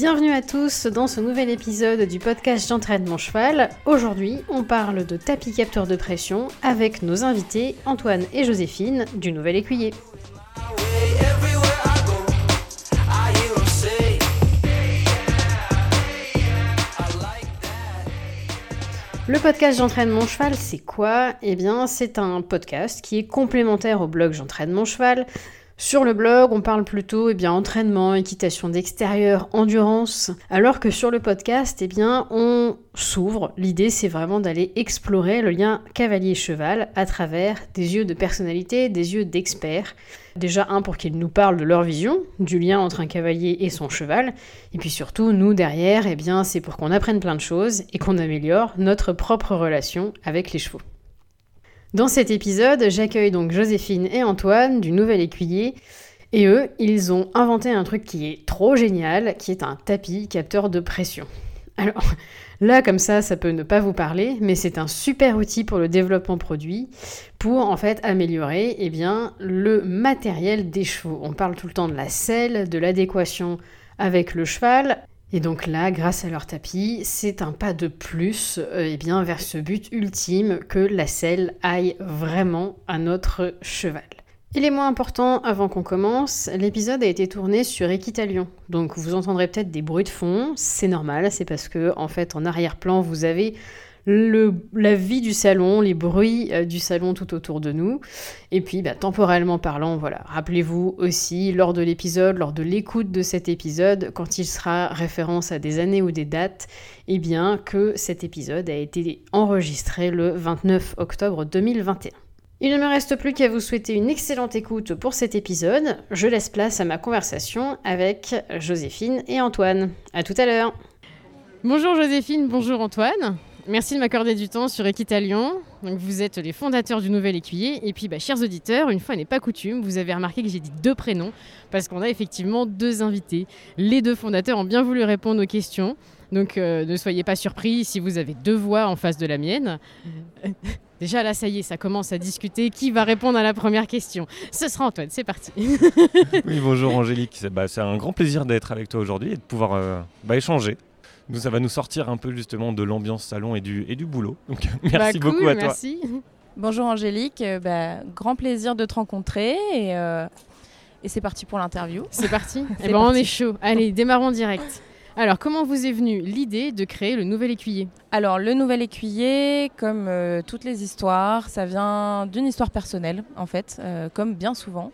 Bienvenue à tous dans ce nouvel épisode du podcast J'entraîne mon cheval. Aujourd'hui, on parle de tapis capteur de pression avec nos invités Antoine et Joséphine du Nouvel Écuyer. Le podcast J'entraîne mon cheval, c'est quoi ? Eh bien, c'est un podcast qui est complémentaire au blog J'entraîne mon cheval. Sur le blog, on parle plutôt entraînement, équitation d'extérieur, endurance, alors que sur le podcast, on s'ouvre. L'idée, c'est vraiment d'aller explorer le lien cavalier-cheval à travers des yeux de personnalité, des yeux d'experts. Déjà, pour qu'ils nous parlent de leur vision, du lien entre un cavalier et son cheval. Et puis surtout, nous, derrière, c'est pour qu'on apprenne plein de choses et qu'on améliore notre propre relation avec les chevaux. Dans cet épisode, j'accueille donc Joséphine et Antoine du Nouvel Écuyer. Et eux, ils ont inventé un truc qui est trop génial, qui est un tapis capteur de pression. Alors là, comme ça peut ne pas vous parler, mais c'est un super outil pour le développement produit, pour en fait améliorer le matériel des chevaux. On parle tout le temps de la selle, de l'adéquation avec le cheval. Et donc là, grâce à leur tapis, c'est un pas de plus vers ce but ultime que la selle aille vraiment à notre cheval. Il est moins important, avant qu'on commence, l'épisode a été tourné sur Équitalion. Donc vous entendrez peut-être des bruits de fond, c'est normal, c'est parce que en arrière-plan, vous avez la vie du salon, les bruits du salon tout autour de nous. Et puis, temporellement parlant, rappelez-vous aussi, lors de l'épisode, lors de l'écoute de cet épisode, quand il sera référence à des années ou des dates, que cet épisode a été enregistré le 29 octobre 2021. Il ne me reste plus qu'à vous souhaiter une excellente écoute pour cet épisode. Je laisse place à ma conversation avec Joséphine et Antoine. À tout à l'heure. Bonjour Joséphine, bonjour Antoine. Merci de m'accorder du temps sur Équitalion. Donc vous êtes les fondateurs du Nouvel Écuyer. Et puis, chers auditeurs, une fois n'est pas coutume, vous avez remarqué que j'ai dit 2 prénoms parce qu'on a effectivement 2 invités. Les 2 fondateurs ont bien voulu répondre aux questions. Donc ne soyez pas surpris si vous avez 2 voix en face de la mienne. Déjà là, ça y est, ça commence à discuter. Qui va répondre à la première question ? Ce sera Antoine, c'est parti. Oui, bonjour Angélique. C'est un grand plaisir d'être avec toi aujourd'hui et de pouvoir échanger. Ça va nous sortir un peu justement de l'ambiance salon et du boulot. Donc merci beaucoup à toi. Merci. Bonjour Angélique, grand plaisir de te rencontrer et c'est parti pour l'interview. C'est parti. On est chaud. Allez, démarrons direct. Alors, comment vous est venue l'idée de créer le Nouvel Écuyer ? Alors, le Nouvel Écuyer, comme toutes les histoires, ça vient d'une histoire personnelle, en fait, comme bien souvent.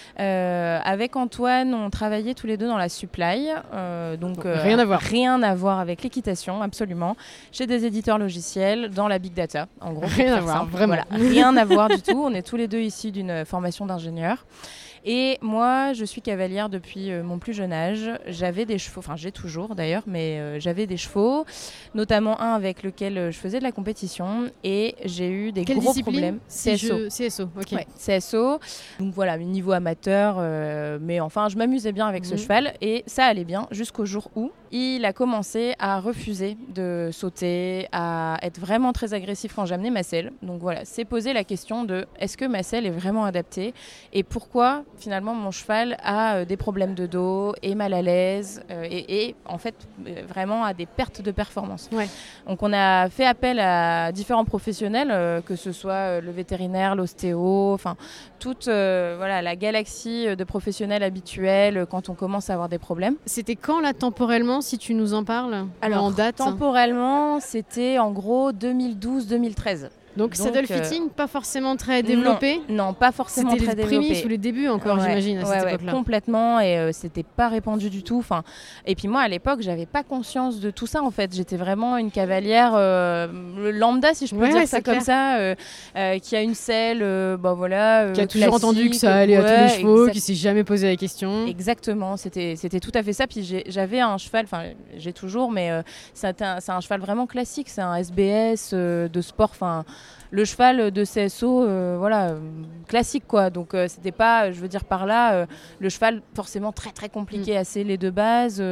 Avec Antoine, on travaillait tous les 2 dans la supply, rien à voir. Rien à voir avec l'équitation, absolument. Chez des éditeurs logiciels, dans la big data, en gros. Rien à voir, vraiment. Voilà, rien à voir du tout. On est tous les 2 issus d'une formation d'ingénieur. Et moi, je suis cavalière depuis mon plus jeune âge. J'avais des chevaux, enfin j'ai toujours d'ailleurs, mais j'avais des chevaux, notamment un avec lequel je faisais de la compétition et j'ai eu des gros problèmes. CSO, ok. Ouais, CSO, donc voilà, niveau amateur, mais enfin je m'amusais bien avec ce cheval et ça allait bien jusqu'au jour où il a commencé à refuser de sauter, à être vraiment très agressif quand j'amenais ma selle. Donc voilà, c'est poser la question de est-ce que ma selle est vraiment adaptée et pourquoi finalement mon cheval a des problèmes de dos, est mal à l'aise et en fait vraiment a des pertes de performance. Ouais. Donc on a fait appel à différents professionnels, que ce soit le vétérinaire, l'ostéo, enfin toute la galaxie de professionnels habituels quand on commence à avoir des problèmes. C'était quand là temporellement, si tu nous en parles ? Alors en date ? Temporellement, c'était en gros 2012-2013. Donc saddle fitting, pas forcément très développé ? Non, pas forcément très développé. C'était les prémices ou les débuts encore, j'imagine, à cette époque-là. Complètement, et c'était pas répandu du tout. Et puis moi, à l'époque, j'avais pas conscience de tout ça, en fait. J'étais vraiment une cavalière lambda, si je peux dire ça comme ça, qui a une selle, qui a toujours entendu que ça allait à tous les chevaux, qui s'est jamais posé la question. Exactement, c'était tout à fait ça. Puis j'avais un cheval, enfin j'ai toujours, mais c'est un cheval vraiment classique. C'est un SBS de sport, le cheval de CSO, classique quoi. Donc c'était pas, je veux dire par là, le cheval forcément très très compliqué à sceller de base.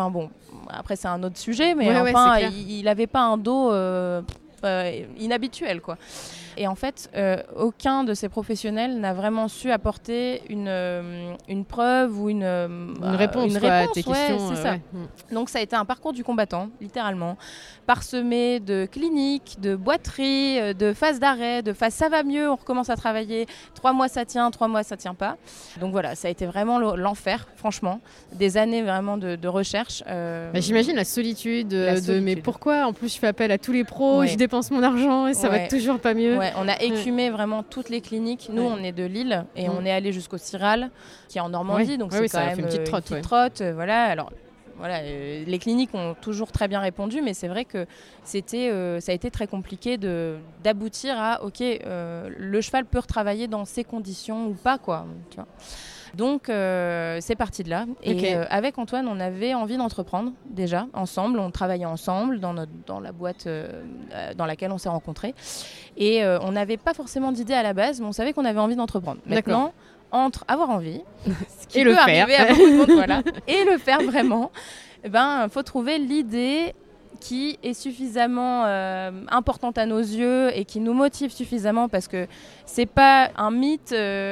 Après c'est un autre sujet, mais il avait pas un dos inhabituel quoi. Et en fait, aucun de ces professionnels n'a vraiment su apporter une preuve ou une réponse à tes questions. C'est ça. Donc ça a été un parcours du combattant, littéralement, parsemé de cliniques, de boiteries, de phases d'arrêt, de phases ça va mieux, on recommence à travailler, 3 mois ça tient, 3 mois ça tient pas. Donc voilà, ça a été vraiment l'enfer, franchement, des années vraiment de recherche. J'imagine la solitude, mais pourquoi en plus je fais appel à tous les pros, je dépense mon argent et ça va toujours pas mieux. On a écumé vraiment toutes les cliniques. Nous, on est de Lille et on est allé jusqu'au Ciral, qui est en Normandie, donc c'est quand même une petite trotte. Voilà. Alors, voilà, les cliniques ont toujours très bien répondu, mais c'est vrai que ça a été très compliqué d'aboutir à le cheval peut retravailler dans ces conditions ou pas, quoi. Tu vois. Donc c'est parti de là. Et avec Antoine, on avait envie d'entreprendre déjà ensemble. On travaillait ensemble dans la boîte dans laquelle on s'est rencontrés. Et on n'avait pas forcément d'idée à la base, mais on savait qu'on avait envie d'entreprendre. Maintenant, entre avoir envie, ce qui peut arriver à beaucoup de monde, et le faire vraiment, faut trouver l'idée qui est suffisamment importante à nos yeux et qui nous motive suffisamment, parce que c'est pas un mythe,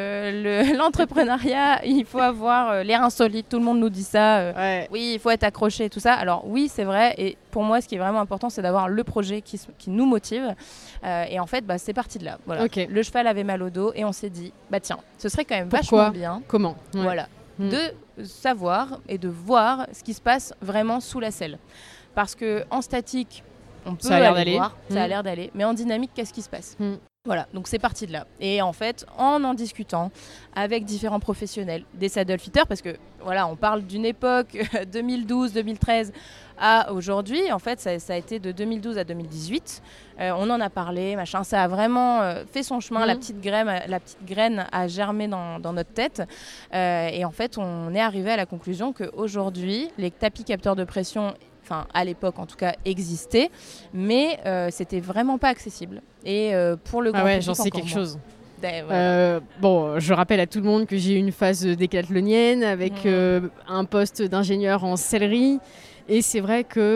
l'entrepreneuriat, il faut avoir l'air insolite, tout le monde nous dit ça, oui, il faut être accroché, tout ça. Alors oui, c'est vrai, et pour moi, ce qui est vraiment important, c'est d'avoir le projet qui nous motive, et en fait, c'est parti de là. Voilà. Le cheval avait mal au dos et on s'est dit, tiens, ce serait quand même vachement bien. Comment Voilà, de savoir et de voir ce qui se passe vraiment sous la selle. Parce qu'en statique, on peut aller voir, ça a l'air d'aller, mais en dynamique, qu'est-ce qui se passe ? Voilà, donc c'est parti de là. Et en fait, en discutant avec différents professionnels, des saddle fitters, parce que voilà, on parle d'une époque 2012-2013 à aujourd'hui. En fait, ça a été de 2012 à 2018. On en a parlé, machin. Ça a vraiment fait son chemin. La petite graine a germé dans notre tête. Et en fait, on est arrivé à la conclusion qu'aujourd'hui, les tapis capteurs de pression, à l'époque en tout cas, existaient, mais c'était vraiment pas accessible. Et pour le grand public, j'en sais quelque chose. Voilà. Je rappelle à tout le monde que j'ai eu une phase décathlonienne avec un poste d'ingénieur en sellerie. Et c'est vrai que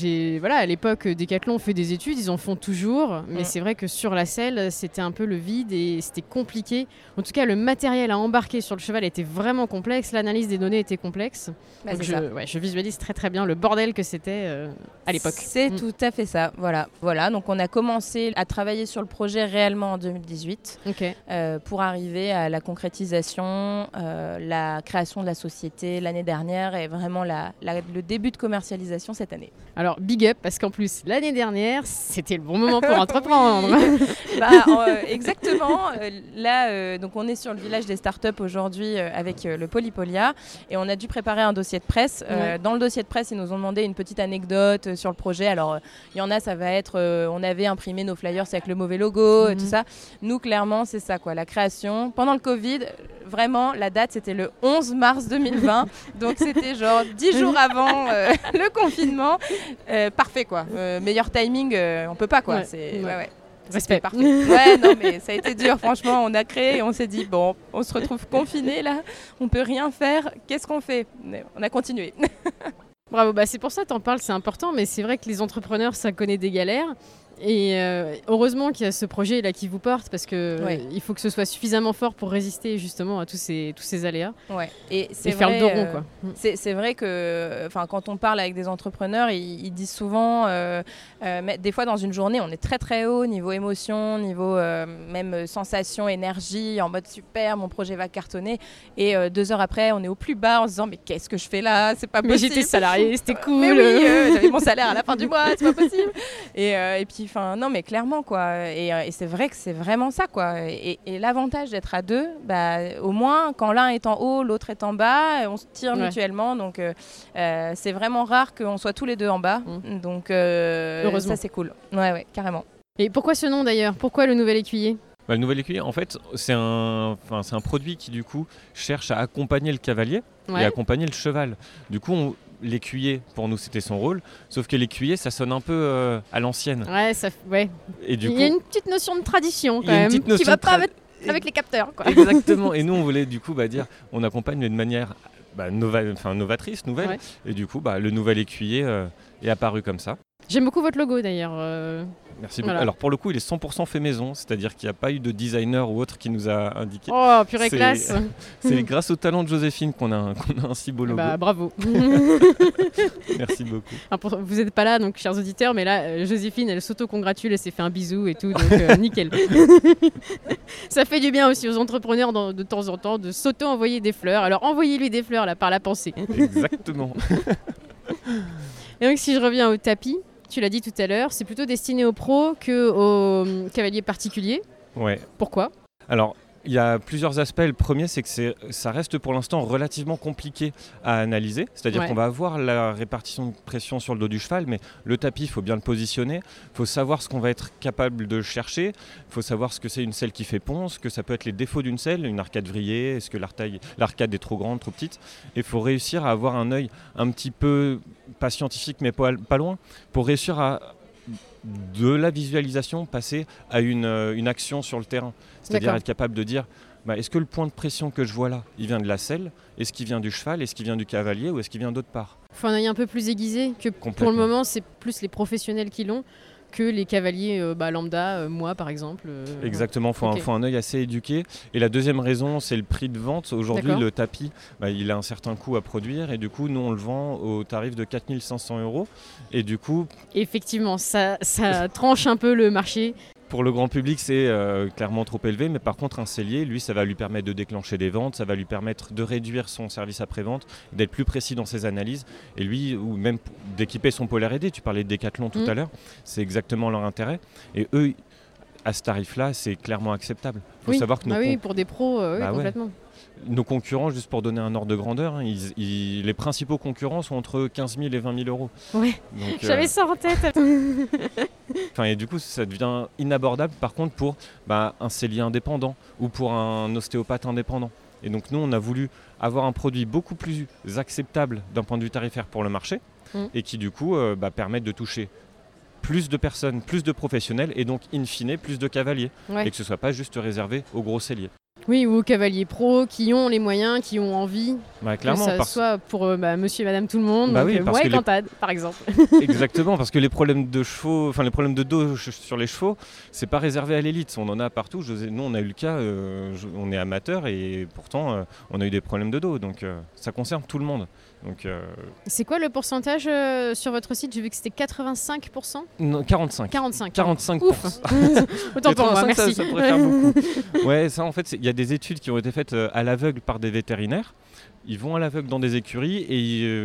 à l'époque, Decathlon fait des études, ils en font toujours, mais c'est vrai que sur la selle, c'était un peu le vide et c'était compliqué. En tout cas, le matériel à embarquer sur le cheval était vraiment complexe, l'analyse des données était complexe. Donc je visualise très très bien le bordel que c'était à l'époque. C'est tout à fait ça, voilà. Donc on a commencé à travailler sur le projet réellement en 2018 pour arriver à la concrétisation, la création de la société l'année dernière et vraiment le début de commercialisation cette année. Alors big up, parce qu'en plus l'année dernière c'était le bon moment pour entreprendre. Exactement. Là donc on est sur le village des startups aujourd'hui avec le Polypolia et on a dû préparer un dossier de presse. Dans le dossier de presse, ils nous ont demandé une petite anecdote sur le projet. Alors il y en a, ça va être on avait imprimé nos flyers avec le mauvais logo, tout ça. Nous clairement c'est ça, la création pendant le Covid. Vraiment, la date, c'était le 11 mars 2020. Donc, c'était genre 10 jours avant le confinement. Parfait, quoi. Meilleur timing, on peut pas, quoi. Respect. Parfait. Non, mais ça a été dur, franchement. On a créé et on s'est dit, bon, on se retrouve confinés, là. On peut rien faire. Qu'est-ce qu'on fait ? On a continué. Bravo, c'est pour ça que t'en parles, c'est important. Mais c'est vrai que les entrepreneurs, ça connaît des galères. Et heureusement qu'il y a ce projet là qui vous porte, parce que il faut que ce soit suffisamment fort pour résister justement à tous ces aléas et faire le dos rond, quoi. C'est vrai que quand on parle avec des entrepreneurs, ils disent souvent mais des fois dans une journée on est très très haut niveau émotion, niveau même sensation, énergie, en mode super, mon projet va cartonner, et 2 heures après on est au plus bas en se disant mais qu'est-ce que je fais là, c'est pas possible. Mais j'étais salarié, c'était cool. Mais oui, j'avais mon salaire à la fin du mois, c'est pas possible. Et puis non mais clairement, quoi, et c'est vrai que c'est vraiment ça, quoi, et l'avantage d'être à deux, au moins quand l'un est en haut, l'autre est en bas, on se tire mutuellement, donc c'est vraiment rare qu'on soit tous les deux en bas, donc ça c'est cool, carrément. Et pourquoi ce nom d'ailleurs, pourquoi le Nouvel Écuyer ? Le Nouvel Écuyer, en fait, c'est un produit qui du coup cherche à accompagner le cavalier et accompagner le cheval. Du coup, l'écuyer, pour nous, c'était son rôle. Sauf que l'écuyer, ça sonne un peu à l'ancienne. Et du coup, il y a une petite notion de tradition quand même, qui va pas avec les capteurs, quoi. Exactement. Et nous, on voulait du coup dire, on accompagne de manière novatrice, nouvelle. Et du coup, le Nouvel Écuyer est apparu comme ça. J'aime beaucoup votre logo d'ailleurs. Merci beaucoup. Alors pour le coup, il est 100% fait maison, c'est-à-dire qu'il n'y a pas eu de designer ou autre qui nous a indiqué. Oh, purée classe. C'est grâce au talent de Joséphine qu'on a un si beau logo. Bravo. Merci beaucoup. Alors, vous n'êtes pas là, donc chers auditeurs, mais là, Joséphine, elle s'auto-congratule, elle s'est fait un bisou et tout, donc nickel. Ça fait du bien aussi aux entrepreneurs de temps en temps de s'auto-envoyer des fleurs. Alors envoyez-lui des fleurs là par la pensée. Exactement. Et donc si je reviens au tapis, tu l'as dit tout à l'heure, c'est plutôt destiné aux pros qu'aux cavaliers particuliers. Ouais. Pourquoi ? Alors, il y a plusieurs aspects. Le premier, c'est que ça reste pour l'instant relativement compliqué à analyser. C'est-à-dire qu'on va avoir la répartition de pression sur le dos du cheval, mais le tapis, il faut bien le positionner. Il faut savoir ce qu'on va être capable de chercher. Il faut savoir ce que c'est une selle qui fait ponce, que ça peut être les défauts d'une selle, une arcade vrillée, est-ce que l'arcade est trop grande, trop petite. Et il faut réussir à avoir un œil un petit peu, pas scientifique, mais pas loin, pour réussir à de la visualisation passer à une action sur le terrain. C'est-à-dire être capable de dire est-ce que le point de pression que je vois là, il vient de la selle ? Est-ce qu'il vient du cheval ? Est-ce qu'il vient du cavalier ? Ou est-ce qu'il vient d'autre part ? Il faut un œil un peu plus aiguisé que pour le moment, c'est plus les professionnels qui l'ont que les cavaliers lambda, moi par exemple. Exactement, il faut un œil assez éduqué. Et la deuxième raison, c'est le prix de vente. Aujourd'hui, le tapis, il a un certain coût à produire et du coup, nous, on le vend au tarif de 4 500 €. Et du coup... Effectivement, ça tranche un peu le marché. Pour le grand public, c'est clairement trop élevé, mais par contre, un sellier, lui, ça va lui permettre de déclencher des ventes, ça va lui permettre de réduire son service après-vente, d'être plus précis dans ses analyses, et lui, ou même d'équiper son Polar aidé, tu parlais de Decathlon tout à l'heure, c'est exactement leur intérêt, et eux, à ce tarif-là, c'est clairement acceptable. Il faut savoir que oui, pour des pros, complètement. Ouais. Nos concurrents, juste pour donner un ordre de grandeur, les principaux concurrents sont entre 15 000 et 20 000 €. Ouais, j'avais ça en tête. Et du coup, ça devient inabordable par contre pour un sellier indépendant ou pour un ostéopathe indépendant. Et donc nous, on a voulu avoir un produit beaucoup plus acceptable d'un point de vue tarifaire pour le marché et qui du coup permettent de toucher plus de personnes, plus de professionnels et donc in fine plus de cavaliers et que ce ne soit pas juste réservé aux gros selliers. Oui, ou aux cavaliers pros qui ont les moyens, qui ont envie. Clairement, que ça soit pour monsieur et madame tout le monde. Moi et Cantade, par exemple. Exactement, parce que les problèmes de chevaux, les problèmes de dos sur les chevaux, c'est pas réservé à l'élite. On en a partout. Nous, on a eu le cas, on est amateur et pourtant, on a eu des problèmes de dos. Donc, ça concerne tout le monde. Donc, c'est quoi le pourcentage sur votre site ? J'ai vu que c'était 85%. Non, 45. 45%. Ouf. Autant pour moi, merci. Ça pourrait faire beaucoup. Ouais, ça en fait, il y a des études qui ont été faites à l'aveugle par des vétérinaires. Ils vont à l'aveugle dans des écuries et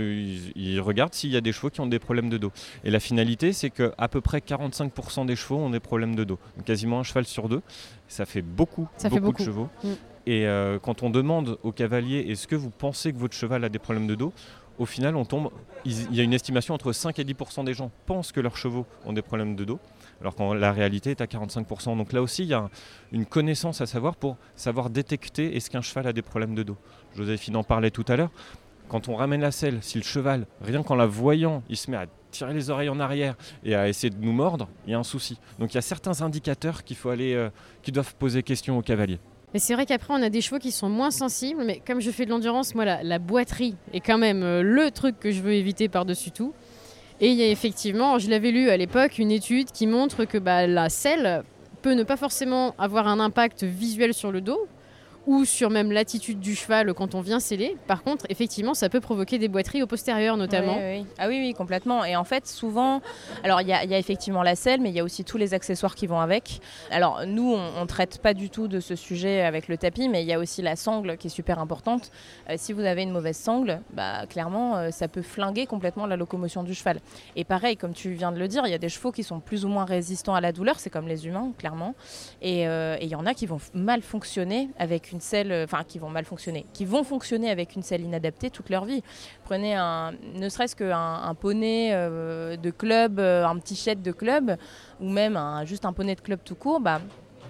ils regardent s'il y a des chevaux qui ont des problèmes de dos. Et la finalité, c'est qu'à peu près 45% des chevaux ont des problèmes de dos. Donc quasiment un cheval sur deux. Ça fait beaucoup de chevaux. Et quand on demande aux cavaliers, est-ce que vous pensez que votre cheval a des problèmes de dos ? Au final, il y a une estimation entre 5 et 10% des gens pensent que leurs chevaux ont des problèmes de dos, alors que la réalité est à 45%. Donc là aussi, il y a une connaissance à savoir pour savoir détecter est-ce qu'un cheval a des problèmes de dos. Joséphine en parlait tout à l'heure. Quand on ramène la selle, si le cheval, rien qu'en la voyant, il se met à tirer les oreilles en arrière et à essayer de nous mordre, il y a un souci. Donc il y a certains indicateurs qui doivent poser question aux cavaliers. Mais c'est vrai qu'après, on a des chevaux qui sont moins sensibles, mais comme je fais de l'endurance, moi, la boiterie est quand même le truc que je veux éviter par-dessus tout. Et il y a effectivement, je l'avais lu à l'époque, une étude qui montre que la selle peut ne pas forcément avoir un impact visuel sur le dos, ou sur même l'attitude du cheval quand on vient sceller. Par contre, effectivement, ça peut provoquer des boiteries au postérieur notamment. Oui. Ah oui, complètement. Et en fait, souvent, alors il y a effectivement la selle, mais il y a aussi tous les accessoires qui vont avec. Alors nous, on ne traite pas du tout de ce sujet avec le tapis, mais il y a aussi la sangle qui est super importante. Si vous avez une mauvaise sangle, clairement, ça peut flinguer complètement la locomotion du cheval. Et pareil, comme tu viens de le dire, il y a des chevaux qui sont plus ou moins résistants à la douleur, c'est comme les humains, clairement. Et il y en a qui vont mal fonctionner avec une selle, qui vont fonctionner avec une selle inadaptée toute leur vie. Prenez ne serait-ce qu'un poney de club, un petit shed de club, ou même juste un poney de club tout court,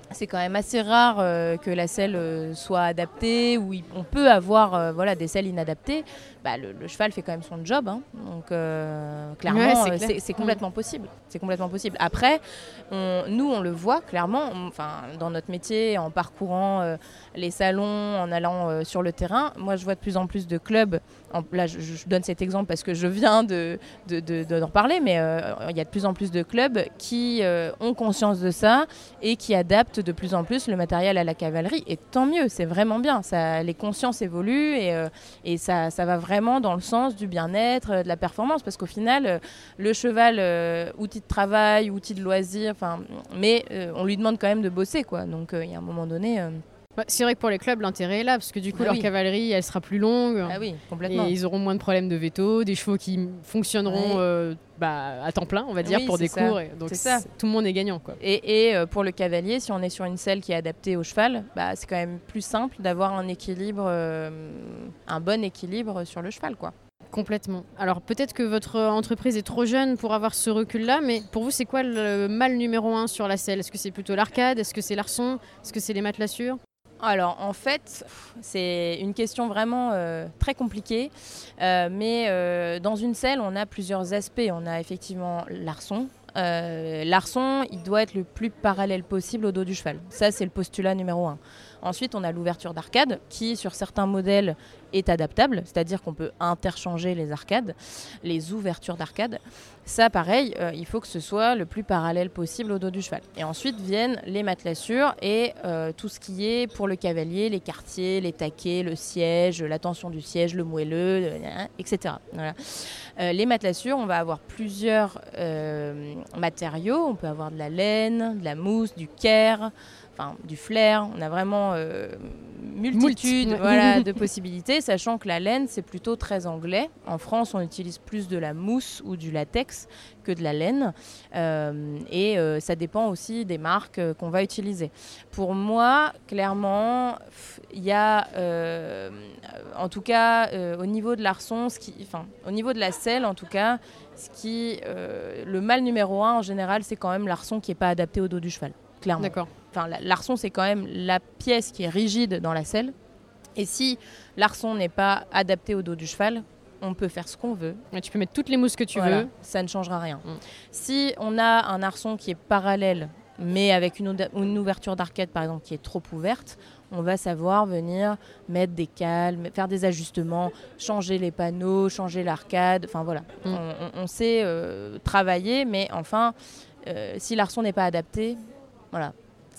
c'est quand même assez rare que la selle soit adaptée, ou on peut avoir des selles inadaptées. Le cheval fait quand même son job, hein. Donc clairement, c'est complètement possible. C'est complètement possible. Après, nous, on le voit clairement, dans notre métier, en parcourant les salons, en allant sur le terrain. Moi, je vois de plus en plus de clubs. Là, je donne cet exemple parce que je viens d'en parler, mais il y a de plus en plus de clubs qui ont conscience de ça et qui adaptent de plus en plus le matériel à la cavalerie. Et tant mieux, c'est vraiment bien. Les consciences évoluent et ça va vraiment dans le sens du bien-être, de la performance, parce qu'au final, le cheval, outil de travail, outil de loisir, mais on lui demande quand même de bosser, quoi. Donc il y a un moment donné... C'est vrai que pour les clubs, l'intérêt est là, parce que du coup, leur cavalerie, elle sera plus longue. Ah oui, complètement. Et ils auront moins de problèmes de veto, des chevaux qui fonctionneront à temps plein, on va dire, pour des cours. Donc tout le monde est gagnant, quoi. Et pour le cavalier, si on est sur une selle qui est adaptée au cheval, c'est quand même plus simple d'avoir un équilibre, un bon équilibre sur le cheval, quoi. Complètement. Alors peut-être que votre entreprise est trop jeune pour avoir ce recul-là, mais pour vous, c'est quoi le mal numéro 1 sur la selle ? Est-ce que c'est plutôt l'arcade ? Est-ce que c'est l'arçon ? Est-ce que c'est les matelassures ? Alors en fait, c'est une question vraiment très compliquée, mais dans une selle, on a plusieurs aspects. On a effectivement l'arçon. L'arçon, il doit être le plus parallèle possible au dos du cheval. Ça, c'est le postulat numéro 1. Ensuite, on a l'ouverture d'arcade qui, sur certains modèles, est adaptable, c'est-à-dire qu'on peut interchanger les arcades, les ouvertures d'arcade. Ça, pareil, il faut que ce soit le plus parallèle possible au dos du cheval. Et ensuite viennent les matelassures et tout ce qui est pour le cavalier, les quartiers, les taquets, le siège, la tension du siège, le moelleux, etc. Voilà. Les matelassures, on va avoir plusieurs matériaux. On peut avoir de la laine, de la mousse, du caire, du flair. On a vraiment multitude de possibilités, sachant que la laine, c'est plutôt très anglais. En France, on utilise plus de la mousse ou du latex que de la laine. Et ça dépend aussi des marques qu'on va utiliser. Pour moi, clairement, il y a, en tout cas, au niveau de l'arçon, au niveau de la selle, en tout cas, le mal numéro 1, en général, c'est quand même l'arçon qui n'est pas adapté au dos du cheval, clairement. D'accord. L'arçon, c'est quand même la pièce qui est rigide dans la selle. Et si l'arçon n'est pas adapté au dos du cheval, on peut faire ce qu'on veut. Et tu peux mettre toutes les mousses que tu veux. Ça ne changera rien. Si on a un arçon qui est parallèle, mais avec une ouverture d'arcade, par exemple, qui est trop ouverte, on va savoir venir mettre des cales, faire des ajustements, changer les panneaux, changer l'arcade. On sait travailler, mais si l'arçon n'est pas adapté, voilà.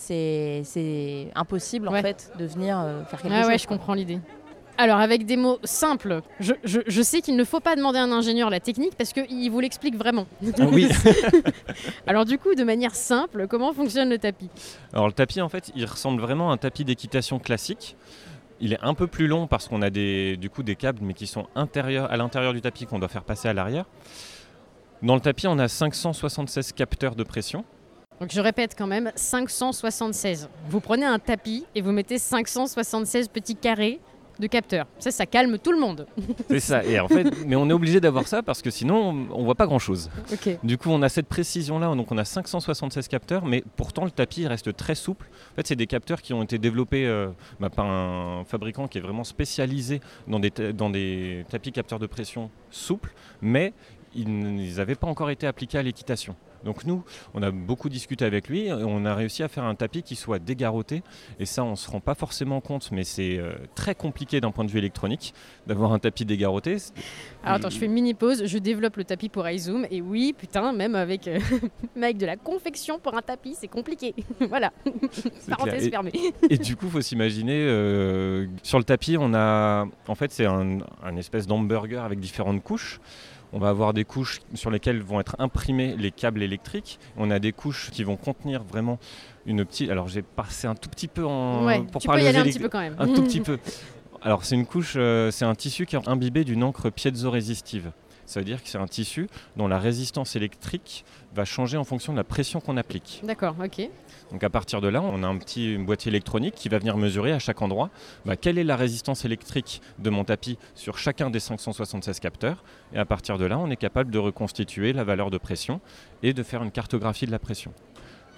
C'est impossible en fait de venir faire quelque chose. Ouais, je comprends l'idée. Alors avec des mots simples, je sais qu'il ne faut pas demander à un ingénieur la technique parce qu'il vous l'explique vraiment. Oui. Alors du coup, de manière simple, comment fonctionne le tapis ? Alors le tapis, en fait, il ressemble vraiment à un tapis d'équitation classique. Il est un peu plus long parce qu'on a des câbles mais qui sont à l'intérieur du tapis qu'on doit faire passer à l'arrière. Dans le tapis, on a 576 capteurs de pression. Donc je répète quand même, 576. Vous prenez un tapis et vous mettez 576 petits carrés de capteurs. Ça calme tout le monde. C'est ça. Et en fait, mais on est obligé d'avoir ça parce que sinon, on voit pas grand-chose. Okay. Du coup, on a cette précision-là. Donc, on a 576 capteurs, mais pourtant, le tapis reste très souple. En fait, c'est des capteurs qui ont été développés par un fabricant qui est vraiment spécialisé dans des tapis capteurs de pression souples, mais ils n'avaient pas encore été appliqués à l'équitation. Donc nous, on a beaucoup discuté avec lui et on a réussi à faire un tapis qui soit dégarroté. Et ça, on ne se rend pas forcément compte, mais c'est très compliqué d'un point de vue électronique d'avoir un tapis dégarroté. Alors attends, je fais une mini-pause, je développe le tapis pour iZoom. Et oui, putain, même avec de la confection pour un tapis, c'est compliqué. Voilà, parenthèse fermée. Et du coup, il faut s'imaginer, sur le tapis, on a, en fait, c'est un espèce d'hamburger avec différentes couches. On va avoir des couches sur lesquelles vont être imprimés les câbles électriques. On a des couches qui vont contenir vraiment une petite... Alors j'ai passé un tout petit peu pour parler un petit peu quand même. Un tout petit peu. Alors c'est une couche, c'est un tissu qui est imbibé d'une encre piezo-résistive. Ça veut dire que c'est un tissu dont la résistance électrique va changer en fonction de la pression qu'on applique. D'accord, ok. Donc à partir de là, on a un petit boîtier électronique qui va venir mesurer à chaque endroit quelle est la résistance électrique de mon tapis sur chacun des 576 capteurs. Et à partir de là, on est capable de reconstituer la valeur de pression et de faire une cartographie de la pression.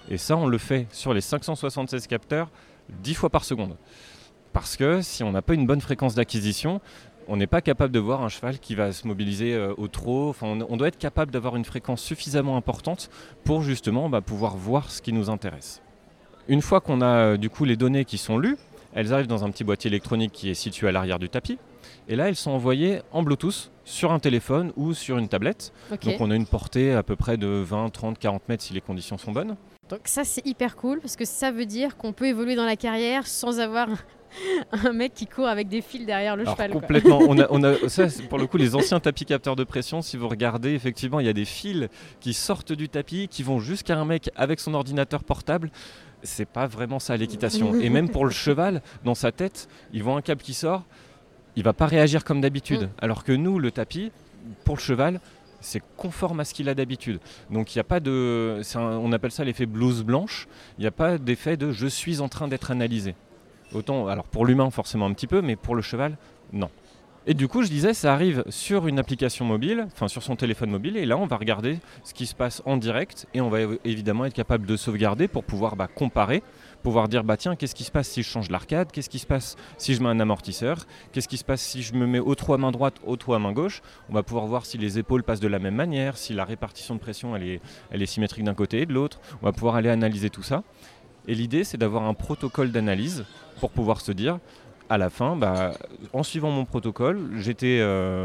Et ça, on le fait sur les 576 capteurs 10 fois par seconde. Parce que si on n'a pas une bonne fréquence d'acquisition, on n'est pas capable de voir un cheval qui va se mobiliser au trot. Enfin, on doit être capable d'avoir une fréquence suffisamment importante pour justement pouvoir voir ce qui nous intéresse. Une fois qu'on a du coup les données qui sont lues, elles arrivent dans un petit boîtier électronique qui est situé à l'arrière du tapis. Et là, elles sont envoyées en Bluetooth sur un téléphone ou sur une tablette. Okay. Donc on a une portée à peu près de 20, 30, 40 mètres si les conditions sont bonnes. Donc ça, c'est hyper cool parce que ça veut dire qu'on peut évoluer dans la carrière sans avoir un mec qui court avec des fils derrière le cheval. Complètement. On a ça, pour le coup, les anciens tapis capteurs de pression, si vous regardez, effectivement, il y a des fils qui sortent du tapis, qui vont jusqu'à un mec avec son ordinateur portable. C'est pas vraiment ça l'équitation. Et même pour le cheval, dans sa tête, il voit un câble qui sort, il va pas réagir comme d'habitude. Alors que nous, le tapis, pour le cheval, c'est conforme à ce qu'il a d'habitude. Donc il n'y a pas de... on appelle ça l'effet blouse blanche. Il n'y a pas d'effet de « je suis en train d'être analysé ». Autant, alors pour l'humain forcément un petit peu, mais pour le cheval, non. Et du coup, je disais, ça arrive sur une application mobile, enfin sur son téléphone mobile, et là on va regarder ce qui se passe en direct, et on va évidemment être capable de sauvegarder pour pouvoir comparer, pouvoir dire tiens, qu'est-ce qui se passe si je change l'arcade, qu'est-ce qui se passe si je mets un amortisseur, qu'est-ce qui se passe si je me mets au trot à main droite, au trot à main gauche. On va pouvoir voir si les épaules passent de la même manière, si la répartition de pression elle est symétrique d'un côté et de l'autre. On va pouvoir aller analyser tout ça. Et l'idée, c'est d'avoir un protocole d'analyse pour pouvoir se dire, à la fin, en suivant mon protocole, j'étais,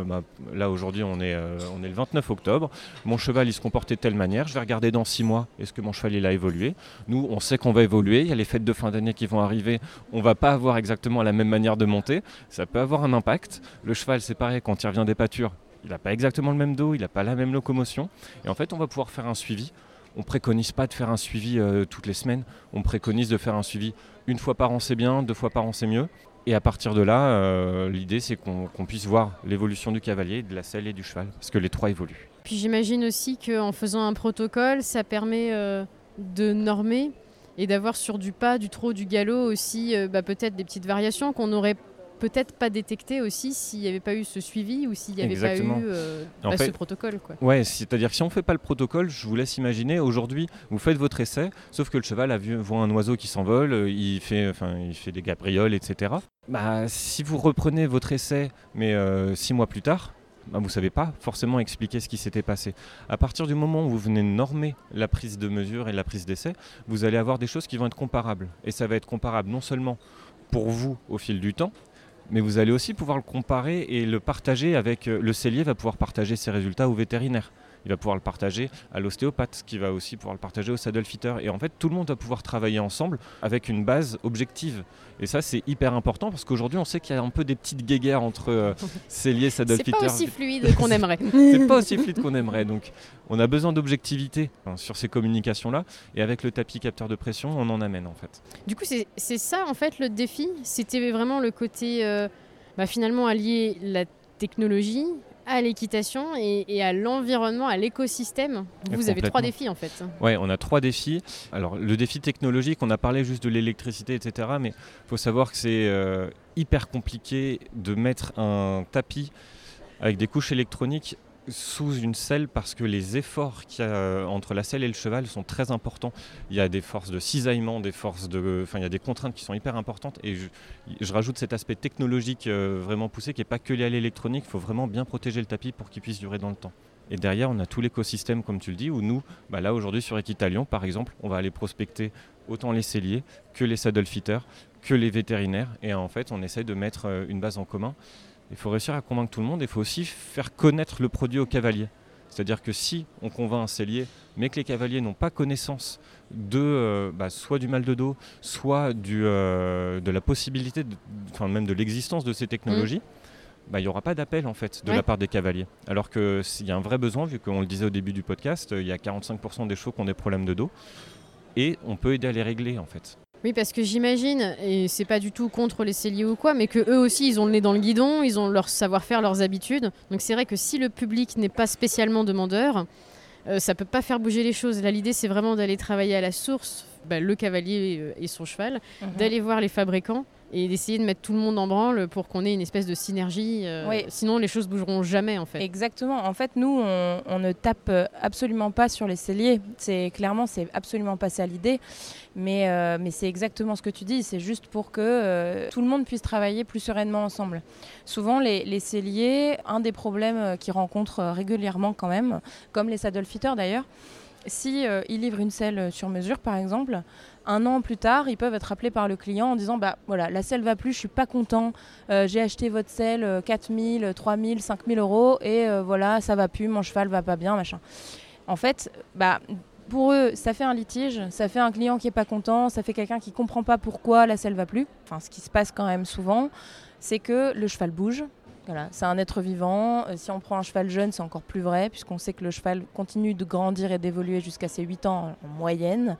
là aujourd'hui on est le 29 octobre, mon cheval il se comportait de telle manière, je vais regarder dans 6 mois, est-ce que mon cheval il a évolué. Nous, on sait qu'on va évoluer, il y a les fêtes de fin d'année qui vont arriver, on ne va pas avoir exactement la même manière de monter, ça peut avoir un impact. Le cheval, c'est pareil, quand il revient des pâtures, il n'a pas exactement le même dos, il n'a pas la même locomotion, et en fait on va pouvoir faire un suivi. On ne préconise pas de faire un suivi toutes les semaines, on préconise de faire un suivi 1 fois par an c'est bien, 2 fois par an c'est mieux. Et à partir de là, l'idée c'est qu'on puisse voir l'évolution du cavalier, de la selle et du cheval, parce que les 3 évoluent. Puis j'imagine aussi qu'en faisant un protocole, ça permet de normer et d'avoir sur du pas, du trot, du galop aussi peut-être des petites variations qu'on n'aurait peut-être pas détectées aussi s'il n'y avait pas eu ce suivi ou s'il n'y avait pas eu ce protocole. Ouais, c'est-à-dire que si on ne fait pas le protocole, je vous laisse imaginer, aujourd'hui, vous faites votre essai, sauf que le cheval voit un oiseau qui s'envole, il fait des gabrioles, etc. Si vous reprenez votre essai, mais 6 mois plus tard, vous ne savez pas forcément expliquer ce qui s'était passé. À partir du moment où vous venez normer la prise de mesure et la prise d'essai, vous allez avoir des choses qui vont être comparables. Et ça va être comparable non seulement pour vous au fil du temps, mais vous allez aussi pouvoir le comparer et le partager avec... Le sellier va pouvoir partager ses résultats au vétérinaire. Il va pouvoir le partager à l'ostéopathe, qui va aussi pouvoir le partager au saddle fitter. Et en fait, tout le monde va pouvoir travailler ensemble avec une base objective. Et ça, c'est hyper important parce qu'aujourd'hui, on sait qu'il y a un peu des petites guéguerres entre sellier, saddle fitter. C'est pas aussi fluide qu'on aimerait. C'est pas aussi fluide qu'on aimerait. Donc, on a besoin d'objectivité sur ces communications-là. Et avec le tapis capteur de pression, on en amène en fait. Du coup, c'est ça en fait le défi. C'était vraiment le côté finalement allier la technologie à l'équitation et à l'environnement, à l'écosystème. Vous avez 3 défis en fait. Oui, on a 3 défis. Alors le défi technologique, on a parlé juste de l'électricité, etc. Mais il faut savoir que c'est hyper compliqué de mettre un tapis avec des couches électroniques sous une selle parce que les efforts qu'il y a entre la selle et le cheval sont très importants. Il y a des forces de cisaillement, il y a des contraintes qui sont hyper importantes et je rajoute cet aspect technologique vraiment poussé qui n'est pas que lié à l'électronique. Il faut vraiment bien protéger le tapis pour qu'il puisse durer dans le temps. Et derrière, on a tout l'écosystème, comme tu le dis, où nous, là aujourd'hui sur Equitalion, par exemple, on va aller prospecter autant les selliers que les saddle fitters, que les vétérinaires. Et en fait, on essaie de mettre une base en commun. Il faut réussir à convaincre tout le monde, il faut aussi faire connaître le produit aux cavaliers. C'est-à-dire que si on convainc un sellier, mais que les cavaliers n'ont pas connaissance de soit du mal de dos, soit de la possibilité, même de l'existence de ces technologies, il n'y aura pas d'appel en fait de la part des cavaliers. Alors qu'il y a un vrai besoin, vu qu'on le disait au début du podcast, il y a 45% des chevaux qui ont des problèmes de dos, et on peut aider à les régler en fait. Oui, parce que j'imagine, et c'est pas du tout contre les selliers ou quoi, mais que eux aussi, ils ont le nez dans le guidon, ils ont leur savoir-faire, leurs habitudes. Donc c'est vrai que si le public n'est pas spécialement demandeur, ça peut pas faire bouger les choses. Là, l'idée, c'est vraiment d'aller travailler à la source, le cavalier et son cheval, d'aller voir les fabricants, et d'essayer de mettre tout le monde en branle pour qu'on ait une espèce de synergie. Sinon, les choses bougeront jamais, en fait. Exactement. En fait, nous, on ne tape absolument pas sur les selliers. C'est absolument pas ça l'idée. Mais c'est exactement ce que tu dis. C'est juste pour que tout le monde puisse travailler plus sereinement ensemble. Souvent, les selliers, un des problèmes qu'ils rencontrent régulièrement quand même, comme les saddle fitters d'ailleurs, si ils livrent une selle sur mesure, par exemple, 1 an plus tard, ils peuvent être appelés par le client en disant voilà, la selle va plus, je suis pas content, j'ai acheté votre selle 4 000, 3 000, 5 000 euros et voilà, ça va plus, mon cheval va pas bien, machin. En fait, pour eux, ça fait un litige, ça fait un client qui est pas content, ça fait quelqu'un qui comprend pas pourquoi la selle va plus. Enfin, ce qui se passe quand même souvent, c'est que le cheval bouge. Voilà, c'est un être vivant. Si on prend un cheval jeune, c'est encore plus vrai, puisqu'on sait que le cheval continue de grandir et d'évoluer jusqu'à ses 8 ans en moyenne.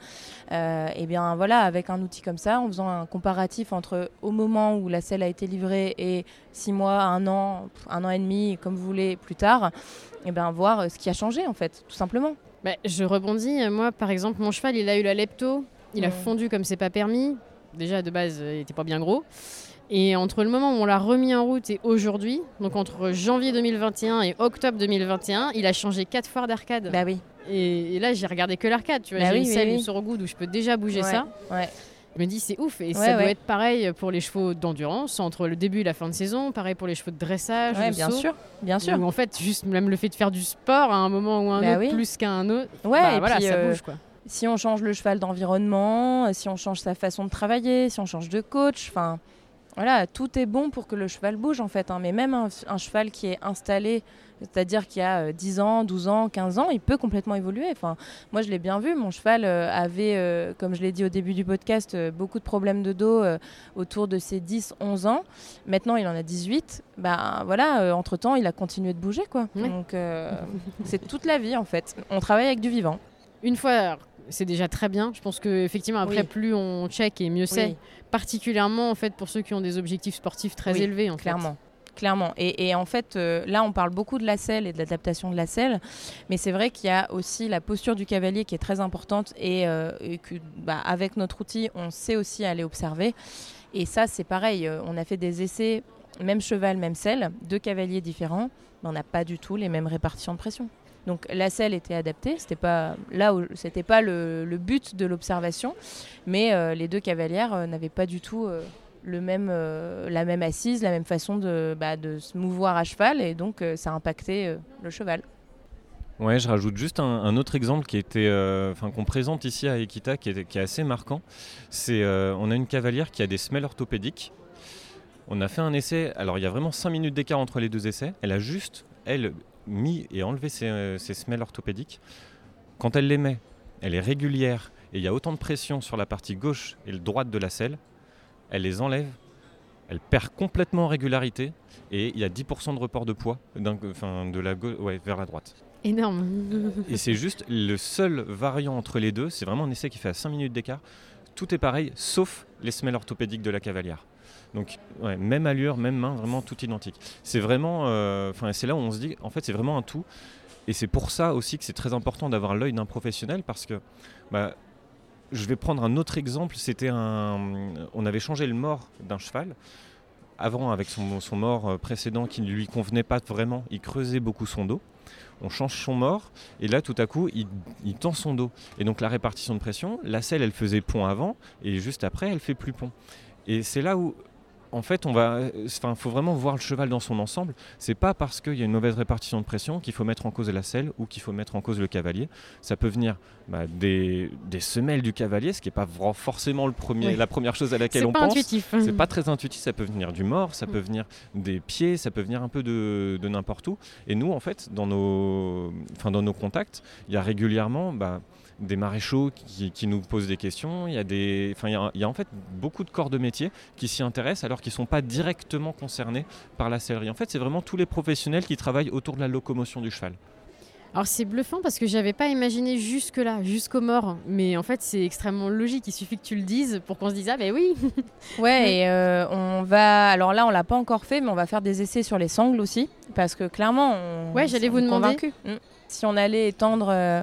Et bien voilà, avec un outil comme ça, en faisant un comparatif entre au moment où la selle a été livrée et 6 mois, 1 an et demi, comme vous voulez, plus tard, et bien voir ce qui a changé en fait, tout simplement. Je rebondis. Moi, par exemple, mon cheval, il a eu la lepto. Il a fondu comme c'est pas permis. Déjà, de base, il était pas bien gros. Et entre le moment où on l'a remis en route et aujourd'hui, donc entre janvier 2021 et octobre 2021, il a changé 4 phares d'arcade. Bah oui. Et là, j'ai regardé que l'arcade. Tu vois, j'ai une selle sur Good où je peux déjà bouger ça. Ouais. Je me dis, c'est ouf. Et ça doit être pareil pour les chevaux d'endurance, entre le début et la fin de saison. Pareil pour les chevaux de dressage, de bien saut. sûr, bien sûr. Où en fait, juste même le fait de faire du sport à un moment ou un autre, plus qu'à un autre, et voilà, puis, ça bouge, quoi. Si on change le cheval d'environnement, si on change sa façon de travailler, si on change de coach, enfin... Voilà, tout est bon pour que le cheval bouge en fait, hein. Mais même un cheval qui est installé, c'est-à-dire qui a 10 ans, 12 ans, 15 ans, il peut complètement évoluer. Enfin, moi je l'ai bien vu, mon cheval avait, comme je l'ai dit au début du podcast, beaucoup de problèmes de dos autour de ses 10, 11 ans. Maintenant il en a 18, entre-temps il a continué de bouger, quoi. Ouais. Donc c'est toute la vie en fait, on travaille avec du vivant. Une fois... C'est déjà très bien. Je pense qu'effectivement, après, plus on check et mieux c'est. Particulièrement, en fait, pour ceux qui ont des objectifs sportifs très élevés, en clairement. Clairement. Et en fait, là, on parle beaucoup de la selle et de l'adaptation de la selle. Mais c'est vrai qu'il y a aussi la posture du cavalier qui est très importante et que, avec notre outil, on sait aussi aller observer. Et ça, c'est pareil. On a fait des essais, même cheval, même selle, 2 cavaliers différents. Mais on n'a pas du tout les mêmes répartitions de pression. Donc la selle était adaptée, c'était pas le but de l'observation, mais les 2 cavalières n'avaient pas du tout la même assise, la même façon de se mouvoir à cheval, et donc ça a impacté le cheval. Ouais, je rajoute juste un autre exemple qui était, qu'on présente ici à Equita, qui est assez marquant. C'est on a une cavalière qui a des semelles orthopédiques. On a fait un essai, alors il y a vraiment 5 minutes d'écart entre les 2 essais. Elle a juste, mis et enlevé ses semelles orthopédiques. Quand elle les met, elle est régulière et il y a autant de pression sur la partie gauche et droite de la selle. Elle les enlève, elle perd complètement en régularité et il y a 10% de report de poids de la gauche vers la droite. Énorme. Et c'est juste le seul variant entre les deux, c'est vraiment un essai qui fait à 5 minutes d'écart. Tout est pareil, sauf les semelles orthopédiques de la cavalière. Donc, même allure, même main, vraiment tout identique. C'est vraiment, c'est là où on se dit, en fait, c'est vraiment un tout. Et c'est pour ça aussi que c'est très important d'avoir l'œil d'un professionnel, parce que, je vais prendre un autre exemple. On avait changé le mors d'un cheval. Avant, avec son mors précédent qui ne lui convenait pas vraiment, il creusait beaucoup son dos. On change son mors et là tout à coup il tend son dos. Et donc la répartition de pression, la selle elle faisait pont avant et juste après elle fait plus pont. Et c'est là où en fait faut vraiment voir le cheval dans son ensemble. C'est pas parce qu'il y a une mauvaise répartition de pression qu'il faut mettre en cause la selle ou qu'il faut mettre en cause le cavalier. Ça peut venir des semelles du cavalier, ce qui n'est pas forcément la première chose à laquelle on pense. Intuitif. C'est pas très intuitif. Ça peut venir du mors, ça peut venir des pieds, ça peut venir un peu de n'importe où. Et nous en fait dans nos contacts, il y a régulièrement des maréchaux qui nous posent des questions. Il y a en fait beaucoup de corps de métier qui s'y intéressent alors qu'ils ne sont pas directement concernés par la sellerie. En fait, c'est vraiment tous les professionnels qui travaillent autour de la locomotion du cheval. Alors c'est bluffant parce que j'avais pas imaginé jusque-là, jusqu'au mort. Mais en fait, c'est extrêmement logique. Il suffit que tu le dises pour qu'on se dise « Ah ben oui !» Ouais, et on va... Alors là, on l'a pas encore fait, mais on va faire des essais sur les sangles aussi. Parce que clairement, j'allais vous demander. Si on allait étendre,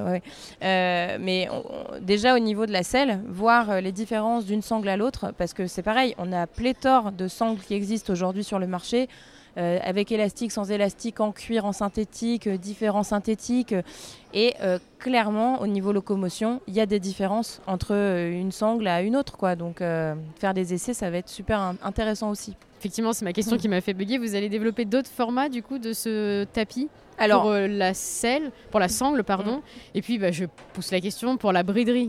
mais déjà au niveau de la selle, voir les différences d'une sangle à l'autre, parce que c'est pareil, on a pléthore de sangles qui existent aujourd'hui sur le marché, avec élastique, sans élastique, en cuir, en synthétique, différents synthétiques. Et clairement, au niveau locomotion, il y a des différences entre une sangle à une autre, quoi. Donc faire des essais, ça va être super intéressant aussi. Effectivement, c'est ma question qui m'a fait bugger. Vous allez développer d'autres formats du coup de ce tapis pour la selle, pour la sangle, pardon. Et puis, je pousse la question pour la briderie.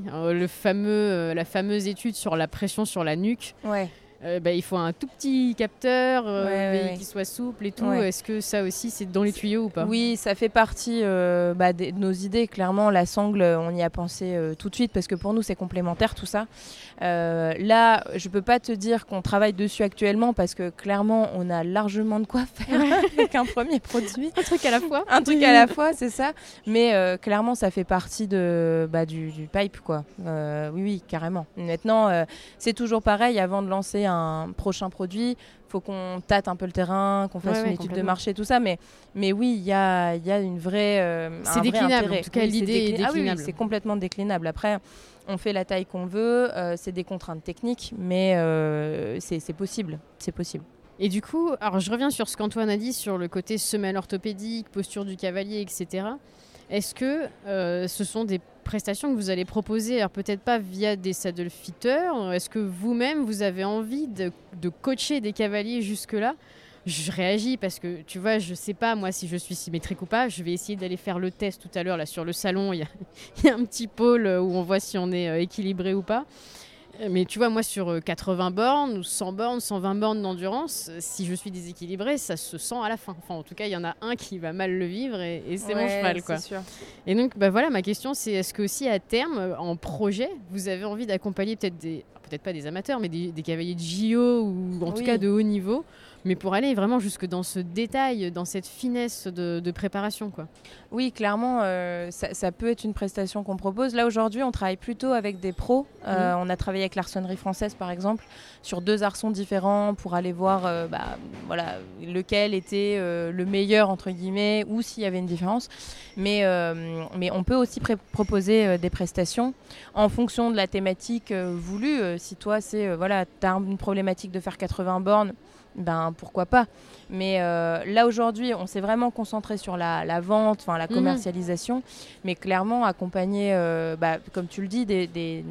La fameuse étude sur la pression sur la nuque. Ouais. Il faut un tout petit capteur qui soit souple et tout. Ouais. Est-ce que ça aussi, c'est dans les tuyaux ou pas ? Oui, ça fait partie de nos idées. Clairement, la sangle, on y a pensé tout de suite parce que pour nous, c'est complémentaire tout ça. Là, je peux pas te dire qu'on travaille dessus actuellement parce que clairement, on a largement de quoi faire avec un premier produit. Un truc à la fois. Un truc à la fois, c'est ça. Mais clairement, ça fait partie du pipe, quoi. Oui, carrément. Maintenant, c'est toujours pareil. Avant de lancer un prochain produit, il faut qu'on tâte un peu le terrain, qu'on fasse une étude de marché, tout ça. Mais oui, il y a une vraie c'est déclinable, en tout cas, l'idée est déclinable. Oui, c'est complètement déclinable. Après, on fait la taille qu'on veut, c'est des contraintes techniques, mais c'est possible. C'est possible. Et du coup, alors je reviens sur ce qu'Antoine a dit sur le côté semelle orthopédique, posture du cavalier, etc. Est-ce que ce sont des prestations que vous allez proposer, alors peut-être pas via des saddle fitters, est-ce que vous-même vous avez envie de coacher des cavaliers jusque-là ? Je réagis parce que tu vois, je sais pas moi si je suis symétrique ou pas, je vais essayer d'aller faire le test tout à l'heure là sur le salon, il y a un petit pôle où on voit si on est équilibré ou pas. Mais tu vois, moi, sur 80 bornes ou 100 bornes, 120 bornes d'endurance, si je suis déséquilibrée, ça se sent à la fin. Enfin, en tout cas, il y en a un qui va mal le vivre et c'est mon cheval, quoi. C'est sûr. Et donc, voilà, ma question, c'est est-ce que aussi à terme, en projet, vous avez envie d'accompagner peut-être pas des amateurs, mais des cavaliers de JO ou en tout cas de haut niveau, mais pour aller vraiment jusque dans ce détail, dans cette finesse de préparation, quoi. Oui, clairement, ça peut être une prestation qu'on propose. Là, aujourd'hui, on travaille plutôt avec des pros. On a travaillé avec l'Arçonnerie française, par exemple, sur 2 arçons différents pour aller voir lequel était le meilleur, entre guillemets, ou s'il y avait une différence. Mais on peut aussi proposer des prestations en fonction de la thématique voulue. Si toi, tu as une problématique de faire 80 bornes, pourquoi pas. Mais là aujourd'hui on s'est vraiment concentré sur la vente, la commercialisation, mais clairement accompagner comme tu le dis des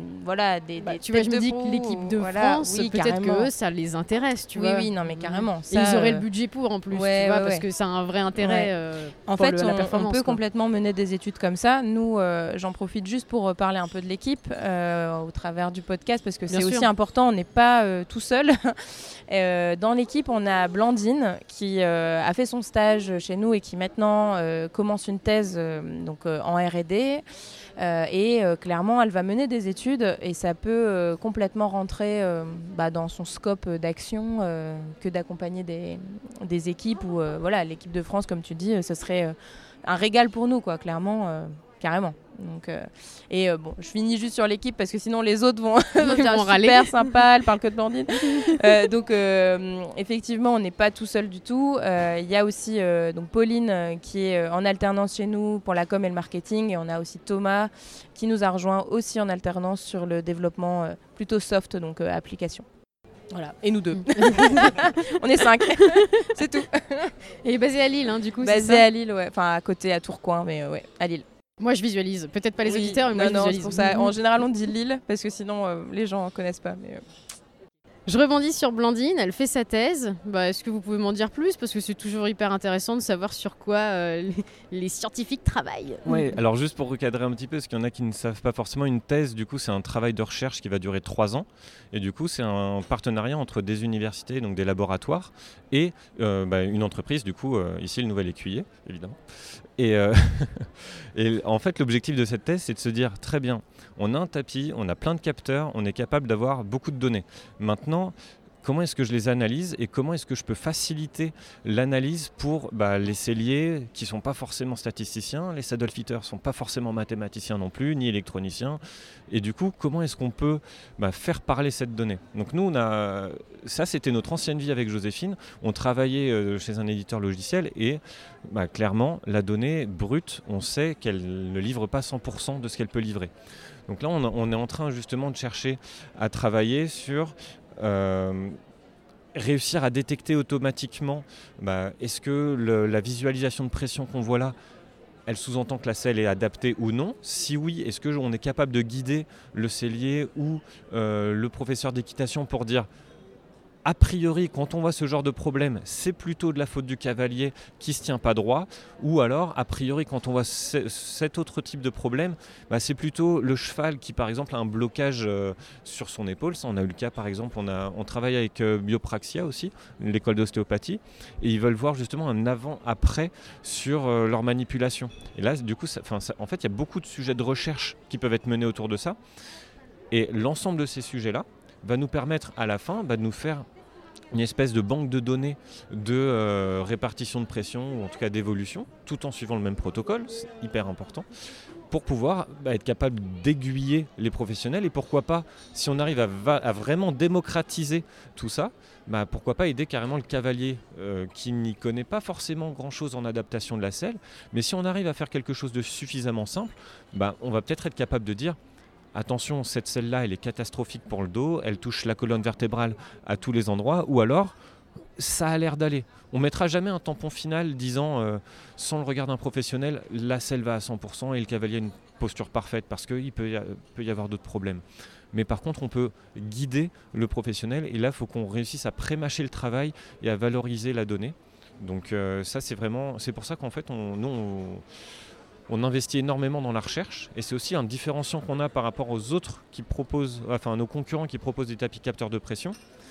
tu vois, je me dis que l'équipe de France, peut-être que eux, ça les intéresse, tu vois. Oui, non mais carrément ça, et ils auraient le budget pour en plus, parce que ça a un vrai intérêt en fait la performance, on peut complètement mener des études comme ça. Nous j'en profite juste pour parler un peu de l'équipe au travers du podcast parce que c'est aussi important, on n'est pas tout seul. Dans l'équipe, on a Blandine qui a fait son stage chez nous et qui maintenant commence une thèse en R&D. Et clairement, elle va mener des études et ça peut complètement rentrer dans son scope d'action que d'accompagner des équipes ou l'équipe de France, comme tu dis, ce serait un régal pour nous, quoi, clairement. Carrément. Donc, je finis juste sur l'équipe parce que sinon les autres vont dire super sympa, elle parle que de Blandine. Donc effectivement, on n'est pas tout seul du tout. Il y a aussi Pauline qui est en alternance chez nous pour la com et le marketing, et on a aussi Thomas qui nous a rejoint aussi en alternance sur le développement plutôt soft, donc application. Voilà, et nous 2. On est 5, c'est tout. Et basé à Lille, du coup. Basé à Lille, ouais. Enfin à côté, à Tourcoing, mais à Lille. Moi, je visualise. Peut-être pas les auditeurs, mais moi, je visualise. C'est pour ça. En général, on dit Lille, parce que sinon, les gens ne connaissent pas. Mais Je rebondis sur Blandine, elle fait sa thèse. Est-ce que vous pouvez m'en dire plus ? Parce que c'est toujours hyper intéressant de savoir sur quoi les scientifiques travaillent. Oui, alors juste pour recadrer un petit peu, parce qu'il y en a qui ne savent pas forcément, une thèse, du coup, c'est un travail de recherche qui va durer 3 ans. Et du coup, c'est un partenariat entre des universités, donc des laboratoires, et une entreprise, du coup, ici, le Nouvel Écuyer, évidemment. Et en fait, l'objectif de cette thèse, c'est de se dire, très bien, on a un tapis, on a plein de capteurs, on est capable d'avoir beaucoup de données. Maintenant, comment est-ce que je les analyse et comment est-ce que je peux faciliter l'analyse pour les selliers qui ne sont pas forcément statisticiens, les saddle fitters ne sont pas forcément mathématiciens non plus, ni électroniciens. Et du coup, comment est-ce qu'on peut faire parler cette donnée ? Donc nous, ça c'était notre ancienne vie avec Joséphine. On travaillait chez un éditeur logiciel et clairement, la donnée brute, on sait qu'elle ne livre pas 100% de ce qu'elle peut livrer. Donc là, on est en train justement de chercher à travailler sur réussir à détecter automatiquement est-ce que la visualisation de pression qu'on voit là, elle sous-entend que la selle est adaptée ou non. Si oui, est-ce qu'on est capable de guider le sellier ou le professeur d'équitation pour dire a priori, quand on voit ce genre de problème, c'est plutôt de la faute du cavalier qui ne se tient pas droit, ou alors, a priori, quand on voit cet autre type de problème, c'est plutôt le cheval qui, par exemple, a un blocage sur son épaule. Ça, on a eu le cas, par exemple, on travaille avec Biopraxia aussi, l'école d'ostéopathie, et ils veulent voir justement un avant-après sur leur manipulation. Et là, du coup, en fait, il y a beaucoup de sujets de recherche qui peuvent être menés autour de ça, et l'ensemble de ces sujets-là va nous permettre à la fin de nous faire une espèce de banque de données de répartition de pression ou en tout cas d'évolution, tout en suivant le même protocole, c'est hyper important, pour pouvoir être capable d'aiguiller les professionnels et pourquoi pas, si on arrive à vraiment démocratiser tout ça, pourquoi pas aider carrément le cavalier qui n'y connaît pas forcément grand-chose en adaptation de la selle, mais si on arrive à faire quelque chose de suffisamment simple, on va peut-être être capable de dire attention, cette selle-là, elle est catastrophique pour le dos, elle touche la colonne vertébrale à tous les endroits, ou alors, ça a l'air d'aller. On ne mettra jamais un tampon final disant, sans le regard d'un professionnel, la selle va à 100% et le cavalier a une posture parfaite, parce qu'il peut y avoir d'autres problèmes. Mais par contre, on peut guider le professionnel, et là, il faut qu'on réussisse à pré-mâcher le travail et à valoriser la donnée. Donc ça, c'est pour ça qu'en fait, on investit énormément dans la recherche et c'est aussi un différenciant qu'on a par rapport aux autres nos concurrents qui proposent des tapis capteurs de pression.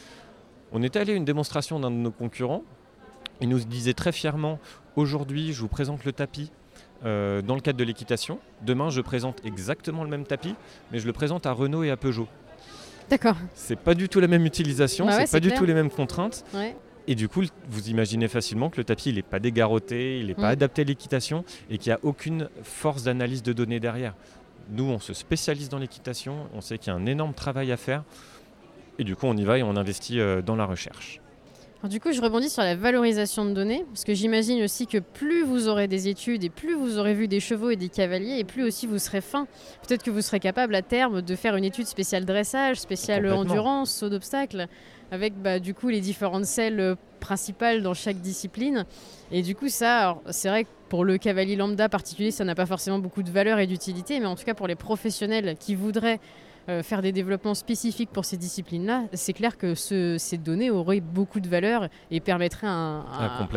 On était allé à une démonstration d'un de nos concurrents. Il nous disait très fièrement « Aujourd'hui, je vous présente le tapis dans le cadre de l'équitation. Demain, je présente exactement le même tapis, mais je le présente à Renault et à Peugeot. » D'accord. C'est pas du tout la même utilisation, c'est pas du tout les mêmes contraintes. Ouais. Et du coup, vous imaginez facilement que le tapis, il n'est pas dégarroté, il n'est pas adapté à l'équitation et qu'il n'y a aucune force d'analyse de données derrière. Nous, on se spécialise dans l'équitation, on sait qu'il y a un énorme travail à faire et du coup, on y va et on investit dans la recherche. Alors, du coup, je rebondis sur la valorisation de données, parce que j'imagine aussi que plus vous aurez des études et plus vous aurez vu des chevaux et des cavaliers, et plus aussi vous serez fin. Peut-être que vous serez capable à terme de faire une étude spéciale dressage, spéciale endurance, saut d'obstacle, avec du coup les différentes selles principales dans chaque discipline. Et du coup, ça, alors, c'est vrai que pour le cavalier lambda particulier, ça n'a pas forcément beaucoup de valeur et d'utilité, mais en tout cas pour les professionnels qui voudraient faire des développements spécifiques pour ces disciplines-là, c'est clair que ces données auraient beaucoup de valeur et permettraient un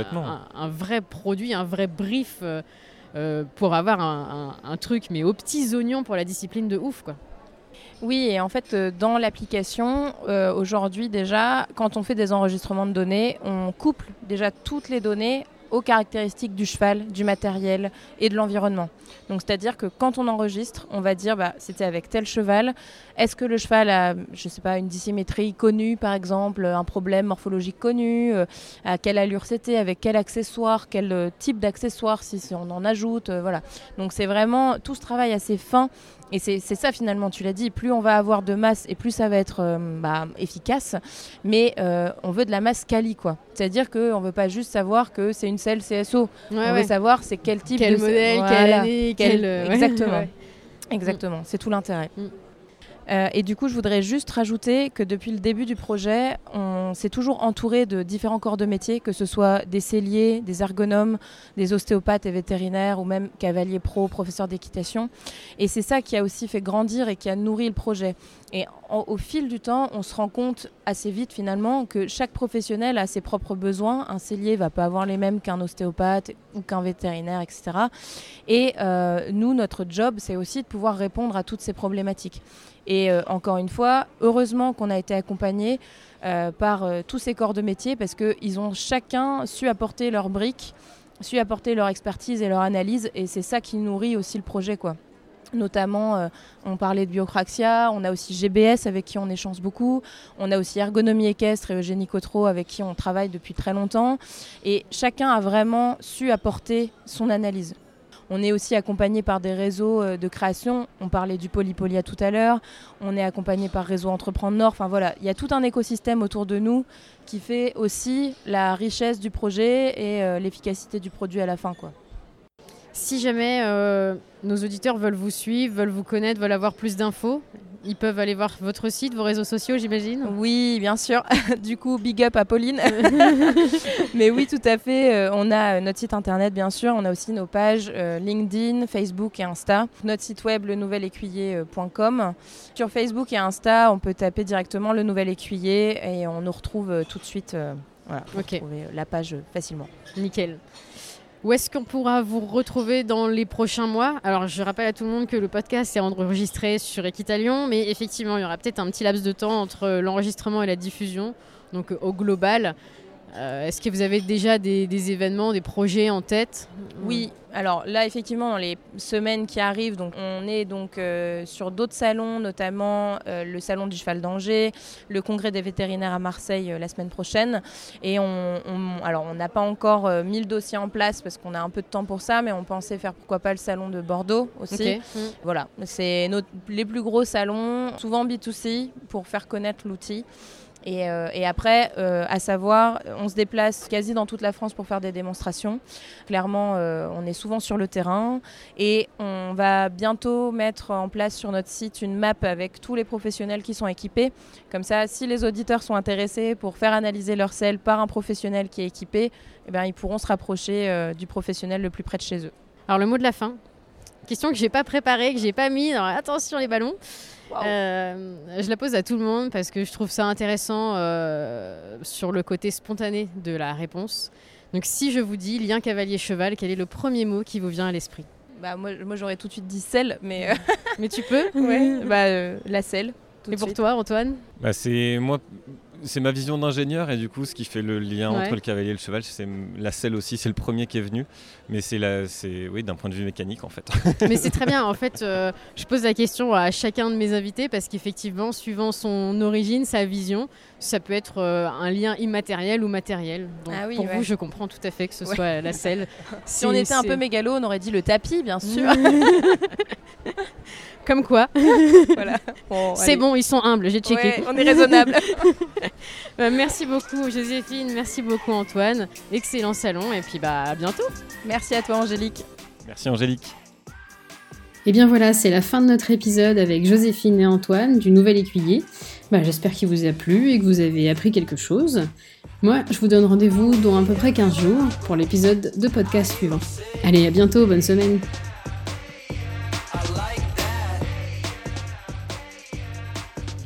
vrai produit, un vrai brief pour avoir un truc, mais aux petits oignons pour la discipline de ouf, quoi. Oui, et en fait, dans l'application, aujourd'hui déjà, quand on fait des enregistrements de données, on couple déjà toutes les données aux caractéristiques du cheval, du matériel et de l'environnement. Donc c'est-à-dire que quand on enregistre, on va dire c'était avec tel cheval. Est-ce que le cheval a, je sais pas, une dissymétrie connue par exemple, un problème morphologique connu, à quelle allure c'était, avec quel accessoire, quel type d'accessoire si on en ajoute, voilà. Donc c'est vraiment tout ce travail assez fin. Et c'est ça finalement, tu l'as dit, plus on va avoir de masse et plus ça va être efficace, mais on veut de la masse quali, quoi. C'est-à-dire qu'on ne veut pas juste savoir que c'est une selle CSO, on veut savoir c'est quel type quel modèle, quelle année, exactement. Exactement, c'est tout l'intérêt. Et du coup, je voudrais juste rajouter que depuis le début du projet, on s'est toujours entouré de différents corps de métier, que ce soit des selliers, des ergonomes, des ostéopathes et vétérinaires, ou même cavaliers pro, professeurs d'équitation. Et c'est ça qui a aussi fait grandir et qui a nourri le projet. Et au fil du temps, on se rend compte assez vite finalement que chaque professionnel a ses propres besoins. Un sellier ne va pas avoir les mêmes qu'un ostéopathe ou qu'un vétérinaire, etc. Et nous, notre job, c'est aussi de pouvoir répondre à toutes ces problématiques. Et encore une fois, heureusement qu'on a été accompagnés par tous ces corps de métier parce qu'ils ont chacun su apporter leurs briques, su apporter leur expertise et leur analyse. Et c'est ça qui nourrit aussi le projet, quoi. Notamment, on parlait de Biocraxia, on a aussi GBS avec qui on échange beaucoup, on a aussi Ergonomie équestre et Eugénie Cotreau avec qui on travaille depuis très longtemps. Et chacun a vraiment su apporter son analyse. On est aussi accompagné par des réseaux de création. On parlait du Polypolia tout à l'heure. On est accompagné par Réseau Entreprendre Nord. Enfin voilà, il y a tout un écosystème autour de nous qui fait aussi la richesse du projet et l'efficacité du produit à la fin, quoi. Si jamais nos auditeurs veulent vous suivre, veulent vous connaître, veulent avoir plus d'infos, ils peuvent aller voir votre site, vos réseaux sociaux, j'imagine ? Oui, bien sûr. Du coup, big up à Pauline. Mais oui, tout à fait. On a notre site internet, bien sûr. On a aussi nos pages LinkedIn, Facebook et Insta. Notre site web, lenouvelécuyer.com. Sur Facebook et Insta, on peut taper directement Le Nouvel Écuyer et on nous retrouve tout de suite. Voilà, pour trouver la page facilement. Nickel. Où est-ce qu'on pourra vous retrouver dans les prochains mois ? Alors, je rappelle à tout le monde que le podcast est enregistré sur Equitalion, mais effectivement, il y aura peut-être un petit laps de temps entre l'enregistrement et la diffusion, donc au global. Est-ce que vous avez déjà des événements, des projets en tête ? Oui, alors là, effectivement, dans les semaines qui arrivent, donc, on est donc sur d'autres salons, notamment le salon du cheval d'Angers, le congrès des vétérinaires à Marseille la semaine prochaine. Et alors, on n'a pas encore mis le dossier en place parce qu'on a un peu de temps pour ça, mais on pensait faire pourquoi pas le salon de Bordeaux aussi. Okay. Voilà, c'est les plus gros salons, souvent B2C, pour faire connaître l'outil. Et après, à savoir, on se déplace quasi dans toute la France pour faire des démonstrations. Clairement, on est souvent sur le terrain et on va bientôt mettre en place sur notre site une map avec tous les professionnels qui sont équipés. Comme ça, si les auditeurs sont intéressés pour faire analyser leur selle par un professionnel qui est équipé, eh bien, ils pourront se rapprocher du professionnel le plus près de chez eux. Alors, le mot de la fin. Question que je n'ai pas préparée, que je n'ai pas mis. Alors, attention les ballons. Wow. Je la pose à tout le monde parce que je trouve ça intéressant sur le côté spontané de la réponse. Donc si je vous dis lien cavalier-cheval, quel est le premier mot qui vous vient à l'esprit ? Moi j'aurais tout de suite dit selle, mais... mais tu peux ? Ouais. La selle. Et pour toi, Antoine ? C'est ma vision d'ingénieur et du coup ce qui fait le lien entre le cavalier et le cheval, c'est la selle aussi, c'est le premier qui est venu, mais c'est d'un point de vue mécanique en fait. Mais c'est très bien, en fait je pose la question à chacun de mes invités parce qu'effectivement suivant son origine, sa vision, ça peut être un lien immatériel ou matériel. Donc pour vous, je comprends tout à fait que ce soit la selle. Si on était un peu mégalo, on aurait dit le tapis bien sûr. Comme quoi. Voilà. Bon, c'est bon, ils sont humbles, j'ai checké. Ouais, on est raisonnable. Merci beaucoup Joséphine, merci beaucoup Antoine. Excellent salon et puis à bientôt. Merci à toi Angélique. Merci Angélique. Et bien voilà, c'est la fin de notre épisode avec Joséphine et Antoine du Nouvel Écuyer. J'espère qu'il vous a plu et que vous avez appris quelque chose. Moi, je vous donne rendez-vous dans à peu près 15 jours pour l'épisode de podcast suivant. Allez, à bientôt, bonne semaine.